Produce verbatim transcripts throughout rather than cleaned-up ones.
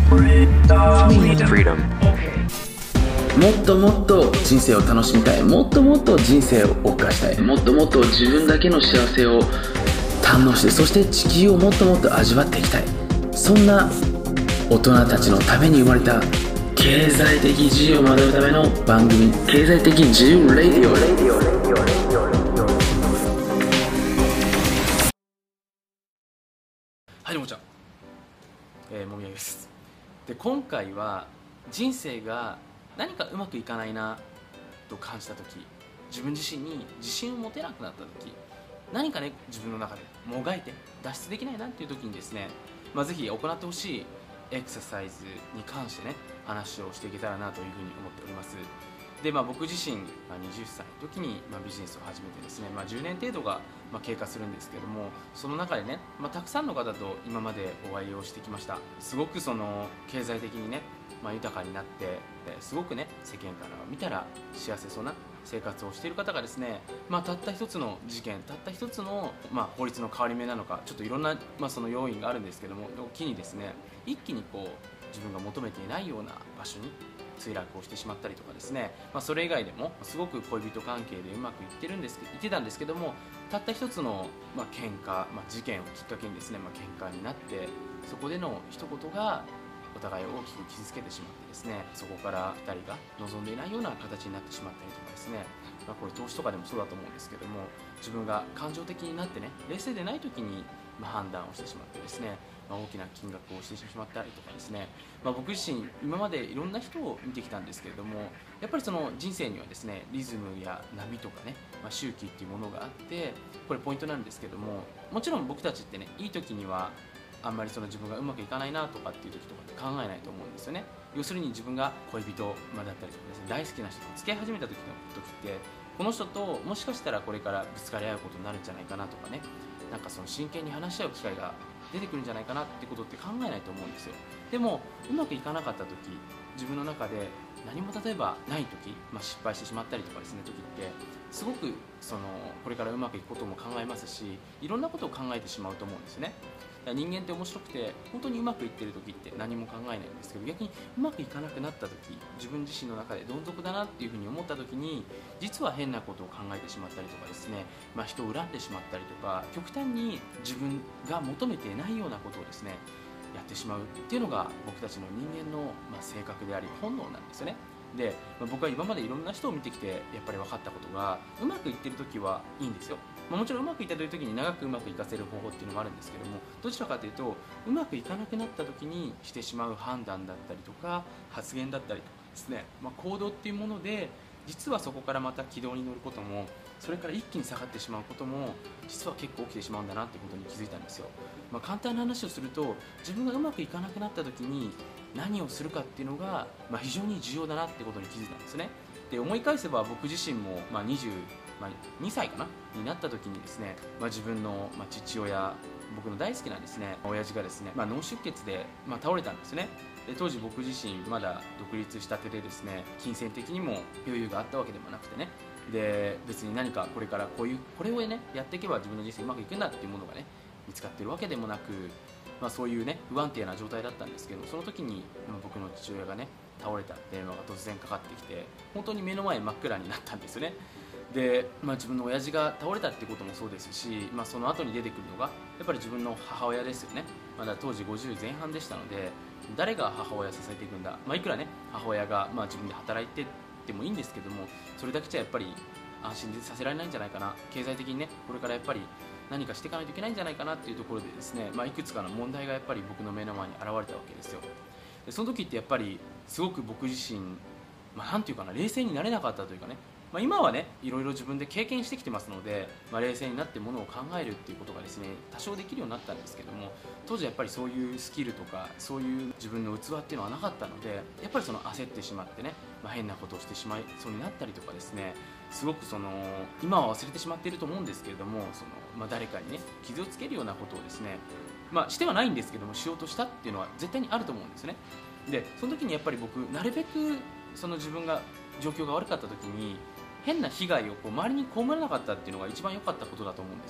Freedom。もっともっと人生を楽しみたい、もっともっと人生を謳歌したい、もっともっと自分だけの幸せを堪能して、そして地球をもっともっと味わっていきたい、そんな大人たちのために生まれた経済的自由を学ぶための番組、経済的自由レディオ。はい、どうもちゃん、えー、もみあげです。で、今回は人生が何かうまくいかないなと感じた時、自分自身に自信を持てなくなった時、何かね、自分の中でもがいて脱出できないなっていう時にですね、まあ、ぜひ行ってほしいエクササイズに関してね、話をしていけたらなというふうに思っております。で、まあ、僕自身、まあ、はたちの時に、まあ、ビジネスを始めてですね、まあ、じゅうねん程度が、まあ、経過するんですけども、その中でね、まあ、たくさんの方と今までお会いをしてきました。すごくその経済的にね、まあ、豊かになって、すごくね、世間から見たら幸せそうな生活をしている方がですね、まあ、たった一つの事件、たった一つの、まあ、法律の変わり目なのか、ちょっといろんな、まあ、その要因があるんですけども、を機にですね、一気にこう自分が求めていないような場所に墜落をしてしまったりとかですね、まあ、それ以外でもすごく恋人関係でうまくいってるんですいってたんですけども、たった一つの、まあ、喧嘩、まあ、事件をきっかけにですね、まあ、喧嘩になって、そこでの一言がお互いを大きく傷つけてしまってですね、そこからふたりが望んでいないような形になってしまったりとかですね、まあ、これ投資とかでもそうだと思うんですけども、自分が感情的になってね、冷静でない時にまあ判断をしてしまってですね、まあ、大きな金額をしてしまったりとかですね、まあ、僕自身今までいろんな人を見てきたんですけれども、やっぱりその人生にはですね、リズムや波とかね、まあ、周期っていうものがあって、これポイントなんですけども、もちろん僕たちってね、いい時にはあんまりその自分がうまくいかないなとかっていう時とかって考えないと思うんですよね。要するに自分が恋人、まあ、だったりとかですね、大好きな人と付き合い始めた時の時って、この人ともしかしたらこれからぶつかり合うことになるんじゃないかなとかね、なんかその真剣に話し合う機会が出てくるんじゃないかなってことって考えないと思うんですよ。でもうまくいかなかった時、自分の中で何も例えばない時、まあ、失敗してしまったりとかですね、時ってすごくそのこれからうまくいくことも考えますし、いろんなことを考えてしまうと思うんですね。だから人間って面白くて、本当にうまくいってる時って何も考えないんですけど、逆にうまくいかなくなった時、自分自身の中でどん底だなっていうふうに思った時に、実は変なことを考えてしまったりとかですね、まあ、人を恨んでしまったりとか、極端に自分が求めていないようなことをですね、やってしまうっていうのが僕たちの人間の、まあ、性格であり本能なんですよね。で、まあ、僕は今までいろんな人を見てきてやっぱり分かったことが、うまくいってる時はいいんですよ。まあ、もちろんうまくいったという時に長くうまくいかせる方法っていうのもあるんですけども、どちらかというとうまくいかなくなった時にしてしまう判断だったりとか発言だったりとかですね、まあ、行動っていうもので、実はそこからまた軌道に乗ることも、それから一気に下がってしまうことも実は結構起きてしまうんだなってことに気づいたんですよ。まあ、簡単な話をすると、自分がうまくいかなくなった時に何をするかっていうのが、まあ、非常に重要だなってことに気づいたんですね。で、思い返せば僕自身も、まあ、にじゅうにさいかなになった時にですね、まあ、自分の、まあ、父親、僕の大好きなですね親父がですね、まあ、脳出血で、まあ、倒れたんですね。で、当時僕自身まだ独立したてでですね、金銭的にも余裕があったわけでもなくてね、で別に何かこれからこういうこれをねやっていけば自分の人生うまくいくんだっていうものがね見つかってるわけでもなく、まあ、そういうね不安定な状態だったんですけど、その時に、まあ、僕の父親がね倒れた電話が突然かかってきて、本当に目の前真っ暗になったんですよね。で、まあ、自分の親父が倒れたってこともそうですし、まあ、その後に出てくるのがやっぱり自分の母親ですよね。まだ当時ごじゅうぜん半でしたので、誰が母親を支えていくんだ、まあ、いくらね母親が、まあ、自分で働いてってもいいんですけども、それだけじゃやっぱり安心させられないんじゃないかな、経済的にねこれからやっぱり何かしていかないといけないんじゃないかなっていうところでですね、まあ、いくつかの問題がやっぱり僕の目の前に現れたわけですよ。で、その時ってやっぱりすごく僕自身、まあ、なんていうかな、冷静になれなかったというかね、まあ、今はねいろいろ自分で経験してきてますので、まあ、冷静になってものを考えるっていうことがですね多少できるようになったんですけども、当時やっぱりそういうスキルとかそういう自分の器っていうのはなかったので、やっぱりその焦ってしまってね、まあ、変なことをしてしまいそうになったりとかですね、すごくその今は忘れてしまっていると思うんですけれども、その、まあ、誰かにね傷をつけるようなことをですね、まあ、してはないんですけどもしようとしたっていうのは絶対にあると思うんですね。で、その時にやっぱり僕なるべくその自分が状況が悪かった時に変な被害をこう周りに被らなかったっていうのが一番良かったことだと思うんですよ。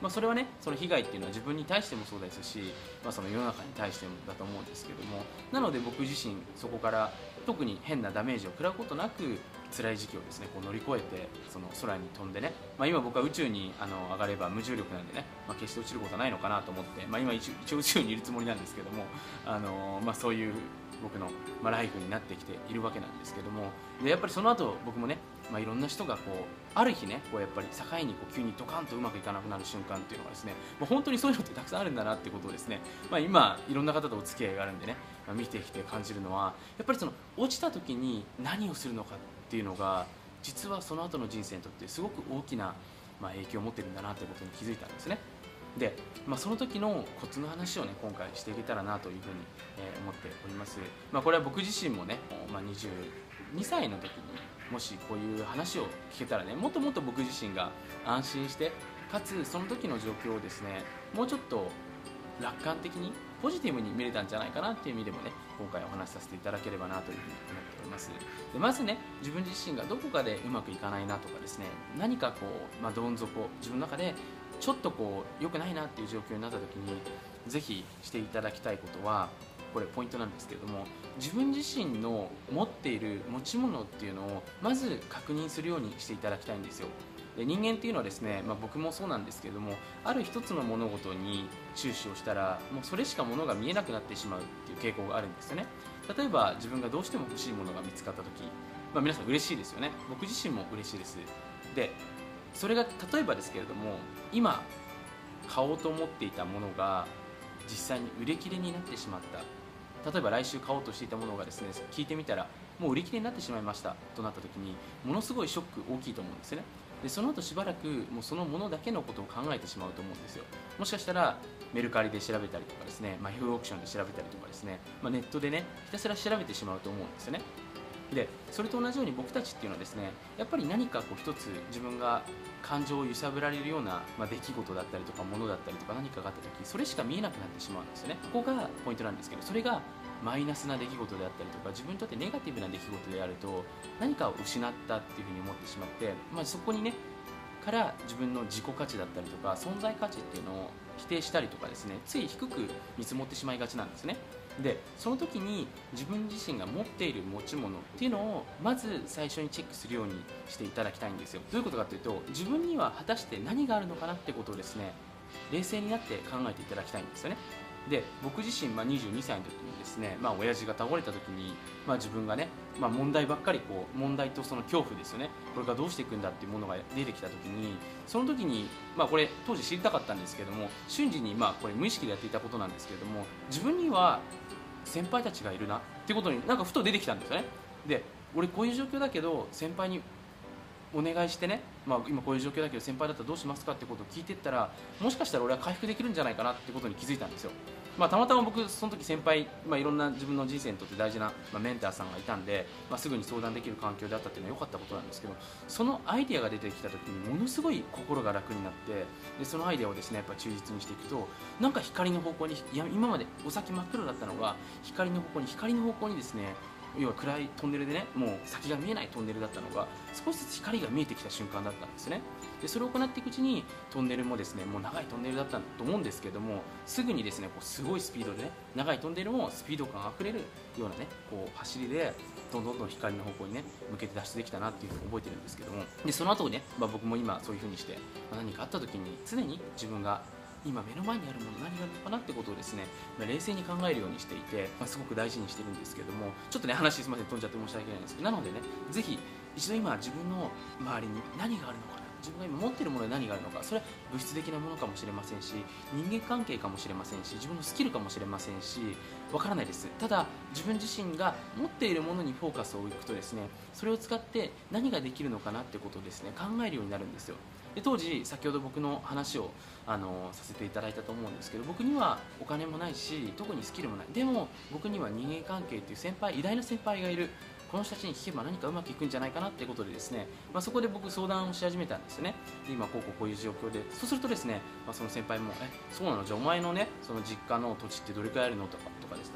まあ、それはねその被害っていうのは自分に対してもそうですし、まあ、その世の中に対してもだと思うんですけども、なので僕自身そこから特に変なダメージを食らうことなく辛い時期をですねこう乗り越えてその空に飛んでね、まあ、今僕は宇宙にあの上がれば無重力なんでね、まあ、決して落ちることはないのかなと思って、まあ、今一応一応宇宙にいるつもりなんですけども、あの、まあ、そういう僕の、まあ、ライフになってきているわけなんですけども、でやっぱりその後僕もね、まあ、いろんな人がこうある日ねこうやっぱり境にこう急にドカンとうまくいかなくなる瞬間っていうのがですね、まあ、本当にそういうのってたくさんあるんだなってことをですね、まあ、今いろんな方とお付き合いがあるんでね、まあ、見てきて感じるのはやっぱりその落ちた時に何をするのかっていうのが実はその後の人生にとってすごく大きな、まあ、影響を持ってるんだなということに気づいたんですね。で、まあ、その時のコツの話をね今回していけたらなというふうに、えー思っております。まあ、これは僕自身もね、まあ、にじゅうにさいの時にもしこういう話を聞けたらねもっともっと僕自身が安心してかつその時の状況をですねもうちょっと楽観的にポジティブに見れたんじゃないかなっていう意味でもね今回お話しさせていただければなというふうに思っております。でまずね自分自身がどこかでうまくいかないなとかですね何かこう、まあ、どん底自分の中でちょっとこう良くないなっていう状況になった時にぜひしていただきたいことはこれポイントなんですけれども、自分自身の持っている持ち物っていうのをまず確認するようにしていただきたいんですよ。で人間っていうのはですね、まあ、僕もそうなんですけれどもある一つの物事に注視をしたらもうそれしか物が見えなくなってしまうっていう傾向があるんですよね。例えば自分がどうしても欲しいものが見つかった時、まあ、皆さん嬉しいですよね。僕自身も嬉しいです。でそれが例えばですけれども今買おうと思っていたものが実際に売り切れになってしまった、例えば来週買おうとしていたものがですね聞いてみたらもう売り切れになってしまいましたとなった時にものすごいショック大きいと思うんですよね。でその後しばらくもうそのものだけのことを考えてしまうと思うんですよ。もしかしたらメルカリで調べたりとかですね、まあ、ヤフーオークションで調べたりとかですね、まあ、ネットでねひたすら調べてしまうと思うんですよね。でそれと同じように僕たちっていうのはですねやっぱり何かこう一つ自分が感情を揺さぶられるような、まあ、出来事だったりとか物だったりとか何かがあった時それしか見えなくなってしまうんですよね。ここがポイントなんですけど、それがマイナスな出来事であったりとか自分にとってネガティブな出来事であると何かを失ったっていうふうに思ってしまって、まあ、そこにねから自分の自己価値だったりとか存在価値っていうのを否定したりとかですねつい低く見積もってしまいがちなんですね。でその時に自分自身が持っている持ち物っていうのをまず最初にチェックするようにしていただきたいんですよ。どういうことかというと自分には果たして何があるのかなってことをですね冷静になって考えていただきたいんですよね。で僕自身、まあ、にじゅうにさいの時にですね、まあ、親父が倒れた時に、まあ、自分がね、まあ、問題ばっかりこう問題とその恐怖ですよねこれからどうしていくんだっていうものが出てきた時にその時に、まあ、これ当時知りたかったんですけども瞬時に、まあ、これ無意識でやっていたことなんですけれども自分には先輩たちがいるなっていうことになんかふと出てきたんですよね。で俺こういう状況だけど先輩にお願いしてね、まあ、今こういう状況だけど先輩だったらどうしますかってことを聞いていったらもしかしたら俺は回復できるんじゃないかなってことに気づいたんですよ。まあ、たまたま僕その時先輩、まあ、いろんな自分の人生にとって大事な、まあ、メンターさんがいたんで、まあ、すぐに相談できる環境であったっていうのは良かったことなんですけどそのアイデアが出てきた時にものすごい心が楽になってでそのアイデアをですねやっぱ忠実にしていくとなんか光の方向にいや今までお先真っ黒だったのが光の方向に光の方向にですね要は暗いトンネルでねもう先が見えないトンネルだったのが少しずつ光が見えてきた瞬間だったんですね。でそれを行っていくうちにトンネルもですねもう長いトンネルだったと思うんですけどもすぐにですねこうすごいスピードでね長いトンネルもスピード感あふれるようなねこう走りでどんどんどん光の方向にね向けて脱出できたなっていうふうに覚えてるんですけどもでその後ね、まあ、僕も今そういうふうにして、まあ、何かあった時に常に自分が今目の前にあるもの何があるのかなってことをですね冷静に考えるようにしていて、まあ、すごく大事にしてるんですけどもちょっとね話すみません飛んじゃって申し訳ないんですけどなのでねぜひ一度今自分の周りに何があるのかな自分が今持っているもので何があるのかそれは物質的なものかもしれませんし人間関係かもしれませんし自分のスキルかもしれませんしわからないです。ただ自分自身が持っているものにフォーカスを置くとですねそれを使って何ができるのかなってことをですね考えるようになるんですよ。で当時先ほど僕の話をあのさせていただいたと思うんですけど僕にはお金もないし特にスキルもないでも僕には人間関係っていう先輩偉大な先輩がいるこの人たちに聞けば何かうまくいくんじゃないかなっていうことでですね、まあ、そこで僕相談をし始めたんですよね。で今こうこうこういう状況でそうするとですね、まあ、その先輩もえそうなのじゃあお前のねその実家の土地ってどれくらいあるのとかとかですね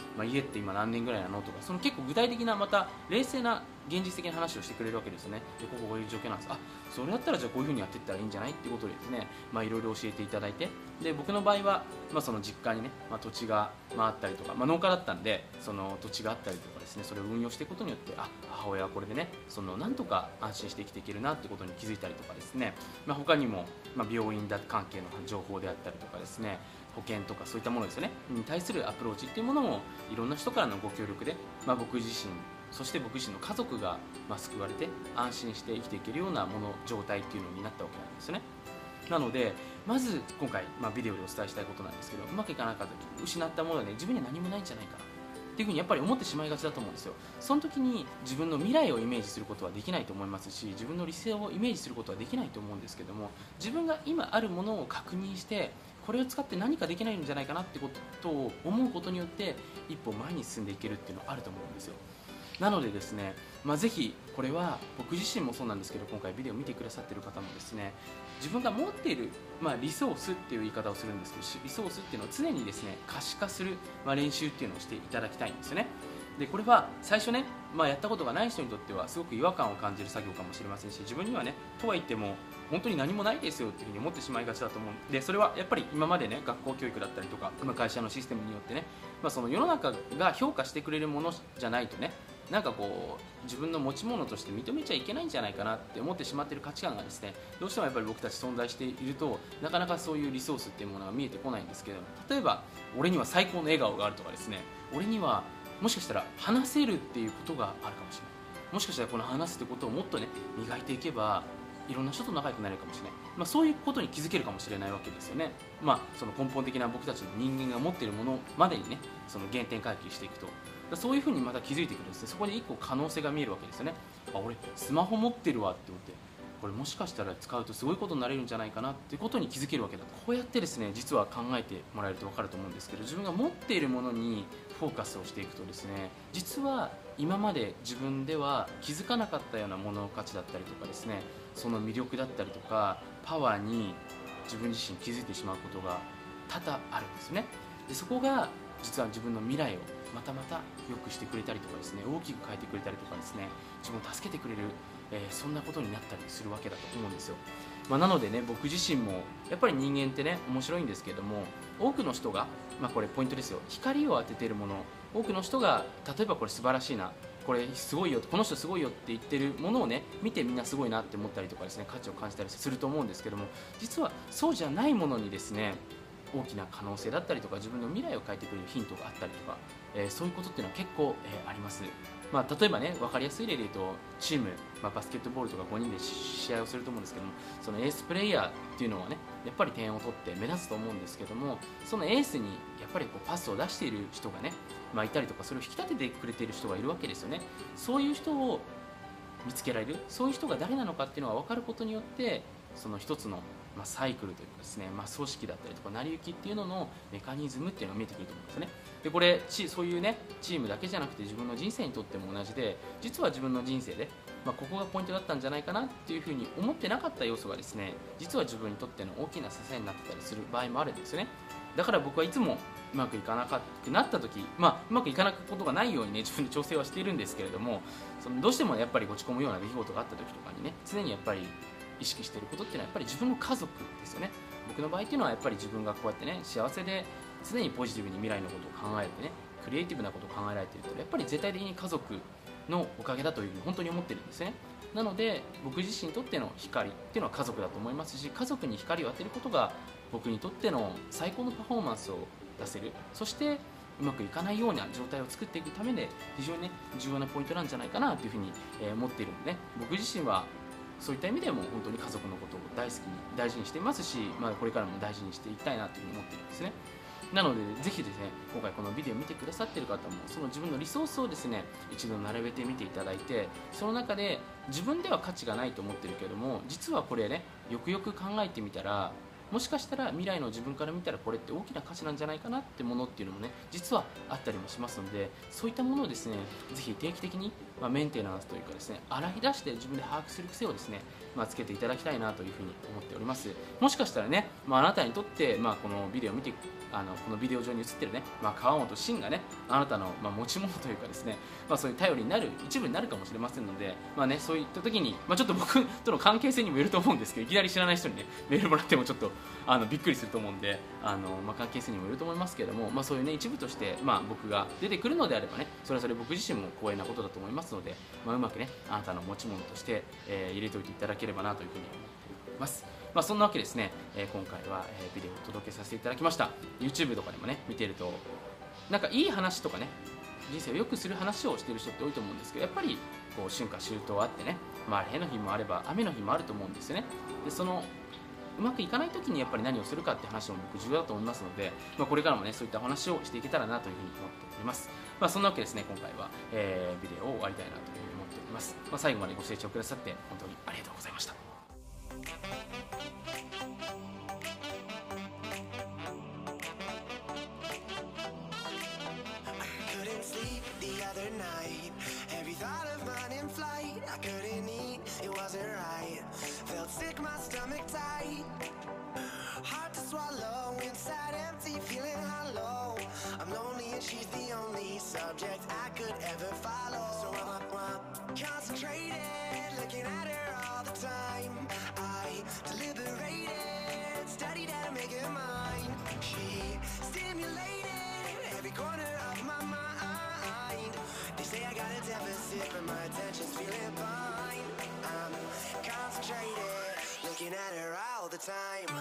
まあ、家って今何年ぐらいなのとか、その結構具体的なまた冷静な現実的な話をしてくれるわけですよね。でこここういう状況なんです、あそれだったらじゃあこういうふうにやっていったらいいんじゃないっていうことでですね、まあ、いろいろ教えていただいて、で僕の場合は、まあ、その実家にね、まあ、土地が、まあ、あったりとか、まあ、農家だったんでその土地があったりとかですね、それを運用していくことによってあ母親はこれでねそのなんとか安心して生きていけるなってことに気づいたりとかですね、まあ、他にも、まあ、病院だ関係の情報であったりとかですね、保険とかそういったものですよねに対するアプローチっていうものもいろんな人からのご協力で、まあ、僕自身そして僕自身の家族がまあ救われて安心して生きていけるようなもの状態っていうのになったわけなんですよね。なのでまず今回、まあ、ビデオでお伝えしたいことなんですけど、うまくいかなかった時失ったものはね自分には何もないんじゃないかなっていうふうにやっぱり思ってしまいがちだと思うんですよ。その時に自分の未来をイメージすることはできないと思いますし、自分の理想をイメージすることはできないと思うんですけども、自分が今あるものを確認してこれを使って何かできないんじゃないかなってことを思うことによって一歩前に進んでいけるっていうのはあると思うんですよ。なのでですね、まあ、ぜひこれは僕自身もそうなんですけど、今回ビデオを見てくださっている方もですね、自分が持っている、まあ、リソースっていう言い方をするんですけど、リソースっていうのを常にですね可視化する、まあ、練習っていうのをしていただきたいんですよね。でこれは最初ね、まあ、やったことがない人にとってはすごく違和感を感じる作業かもしれませんし、自分にはねとは言っても本当に何もないですよっていうふうに思ってしまいがちだと思う。でそれはやっぱり今までね学校教育だったりとか、まあ、会社のシステムによってね、まあ、その世の中が評価してくれるものじゃないとね、なんかこう自分の持ち物として認めちゃいけないんじゃないかなって思ってしまっている価値観がですね、どうしてもやっぱり僕たち存在しているとなかなかそういうリソースっていうものが見えてこないんですけど、例えば俺には最高の笑顔があるとかですね、俺にはもしかしたら話せるっていうことがあるかもしれない、もしかしたらこの話すってことをもっとね磨いていけばいろんな人と仲良くなれるかもしれない、まあ、そういうことに気づけるかもしれないわけですよね。まあ、その根本的な僕たちの人間が持っているものまでにねその原点回帰していくと、そういうふうにまた気づいてくるんですね。そこで一個可能性が見えるわけですよね。あ俺スマホ持ってるわって思って、これもしかしたら使うとすごいことになれるんじゃないかなっていうことに気づけるわけだ。こうやってですね実は考えてもらえると分かると思うんですけど、自分が持っているものにフォーカスをしていくとですね、実は今まで自分では気づかなかったようなものの価値だったりとかですね、その魅力だったりとかパワーに自分自身気づいてしまうことが多々あるんですね。でそこが実は自分の未来をまたまた良くしてくれたりとかですね、大きく変えてくれたりとかですね、自分を助けてくれる、えー、そんなことになったりするわけだと思うんですよ。まあ、なのでね僕自身もやっぱり人間ってね面白いんですけども、多くの人が、まあ、これポイントですよ、光を当てているもの、多くの人が例えばこれ素晴らしいな、これすごいよ、この人すごいよって言ってるものをね見てみんなすごいなって思ったりとかですね、価値を感じたりすると思うんですけども、実はそうじゃないものにですね大きな可能性だったりとか自分の未来を変えてくれるヒントがあったりとか、えー、そういうことっていうのは結構、えー、あります。まあ、例えばね分かりやすい例で言うとチーム、まあ、バスケットボールとかごにんで試合をすると思うんですけども、そのエースプレイヤーっていうのはねやっぱり点を取って目立つと思うんですけども、そのエースにやっぱりこうパスを出している人がね、まあ、いたりとか、それを引き立ててくれている人がいるわけですよね。そういう人を見つけられる、そういう人が誰なのかっていうのが分かることによって、その一つのまあサイクルというかですね、まあ、組織だったりとか成り行きっていうののメカニズムっていうのが見えてくると思うんですよね。でこれそういうねチームだけじゃなくて自分の人生にとっても同じで、実は自分の人生で、まあ、ここがポイントだったんじゃないかなっていうふうに思ってなかった要素がですね、実は自分にとっての大きな支えになってたりする場合もあるんですよね。だから僕はいつもうまくいかなくなった時、まあ、うまくいかなくことがないようにね自分で調整はしているんですけれども、そのどうしてもやっぱり落ち込むような出来事があった時とかにね、常にやっぱり意識していることっていうのはやっぱり自分の家族ですよね。僕の場合っていうのはやっぱり自分がこうやってね幸せで常にポジティブに未来のことを考えてね、クリエイティブなことを考えられているとやっぱり絶対的に家族のおかげだというふうに本当に思ってるんですね。なので僕自身にとっての光っていうのは家族だと思いますし、家族に光を当てることが僕にとっての最高のパフォーマンスを出せる、そしてうまくいかないような状態を作っていくためで非常にね重要なポイントなんじゃないかなというふうに思っているので、僕自身はそういった意味でも本当に家族のことを大好きに大事にしていますし、まあ、これからも大事にしていきたいなというふうに思っているんですね。なのでぜひですね今回このビデオを見てくださっている方もその自分のリソースをですね一度並べてみていただいて、その中で自分では価値がないと思ってるけども、実はこれねよくよく考えてみたら、もしかしたら未来の自分から見たらこれって大きな価値なんじゃないかなってものっていうのもね実はあったりもしますので、そういったものをですねぜひ定期的に、まあ、メンテナンスというかですね洗い出して自分で把握する癖をですね、まあ、つけていただきたいなというふうに思っております。もしかしたらね、まあ、あなたにとって、まあ、このビデオを見てあのこのビデオ上に映ってるね、まあ、川本慎がねあなたの、まあ、持ち物というかですね、まあ、そういう頼りになる一部になるかもしれませんので、まあね、そういった時に、まあ、ちょっと僕との関係性にもよると思うんですけど、いきなり知らない人にねメールもらってもちょっとあのびっくりすると思うんで、あの、まあ、関係性にもよると思いますけれども、まあ、そういうね一部として、まあ、僕が出てくるのであればね、それはそれ僕自身も光栄なことだと思いますので、まあ、うまくねあなたの持ち物として、えー、入れておいていただければなというふうに思っています。まあ、そんなわけですね、えー、今回は、えー、ビデオをお届けさせていただきました。 YouTube とかでもね見ているとなんかいい話とかね、人生を良くする話をしている人って多いと思うんですけど、やっぱりこう春夏秋冬あってね、まあ、晴れの日もあれば雨の日もあると思うんですよね。でそのうまくいかない時にやっぱり何をするかって話も僕重要だと思いますので、まあ、これからもねそういったお話をしていけたらなというふうに思っております。まあ、そんなわけですね、今回は、えー、ビデオを終わりたいなというふうに思っております。まあ、最後までご清聴くださって本当にありがとうございました。 Every thought of mine in flight, I couldn't eat, it wasn't right. Felt sick, my stomach tight. Hard to swallow, inside empty, feeling hollow. I'm lonely and she's the only subject I could ever follow. So I'm, I'm concentrated, looking at her all the time. I deliberated, studied how to make her mine. She stimulated every corner of my mind. They say I got a deficit, but my attention's feeling fine. I'm concentrated, looking at her all the time.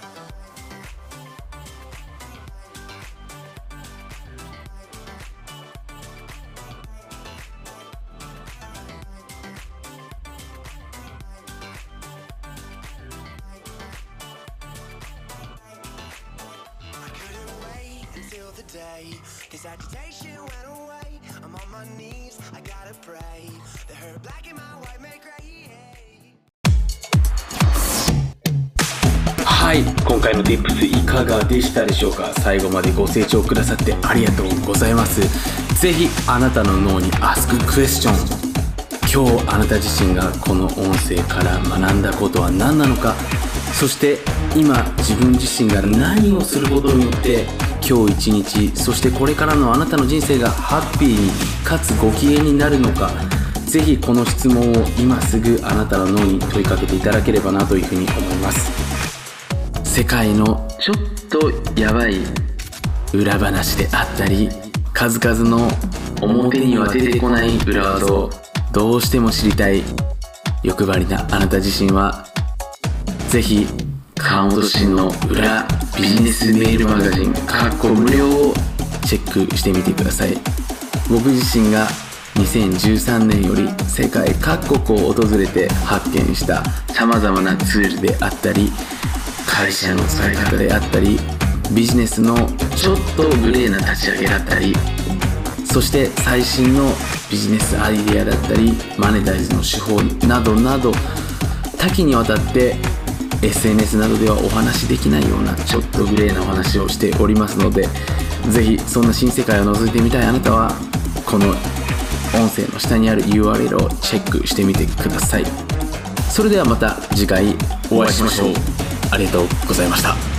I couldn't wait until the day this agitation went away. I'm on my knees, I gotta pray that her black and my white make gray. はい、今回の Tips いかがでしたでしょうか。最後までご清聴くださってありがとうございます。ぜひあなたの脳に Ask Question。 今日あなた自身がこの音声から学んだことは何なのか、そして今自分自身が何をすることによって今日一日、そしてこれからのあなたの人生がハッピーにかつご機嫌になるのか、ぜひこの質問を今すぐあなたの脳に問いかけていただければなというふうに思います。世界のちょっとやばい裏話であったり、数々の表には出てこない裏技をどうしても知りたい欲張りなあなた自身は、ぜひ川本慎の裏ビジネスメールマガジンかっこ無料をチェックしてみてください。僕自身がにせんじゅうさんねんより世界各国を訪れて発見した様々なツールであったり、会社の使い方であったり、ビジネスのちょっとグレーな立ち上げだったり、そして最新のビジネスアイデアだったり、マネタイズの手法などなど多岐にわたって エスエヌエス などではお話しできないようなちょっとグレーなお話をしておりますので、ぜひそんな新世界を覗いてみたいあなたはこの音声の下にある ユーアールエル をチェックしてみてください。それではまた次回お会いしましょう。ありがとうございました。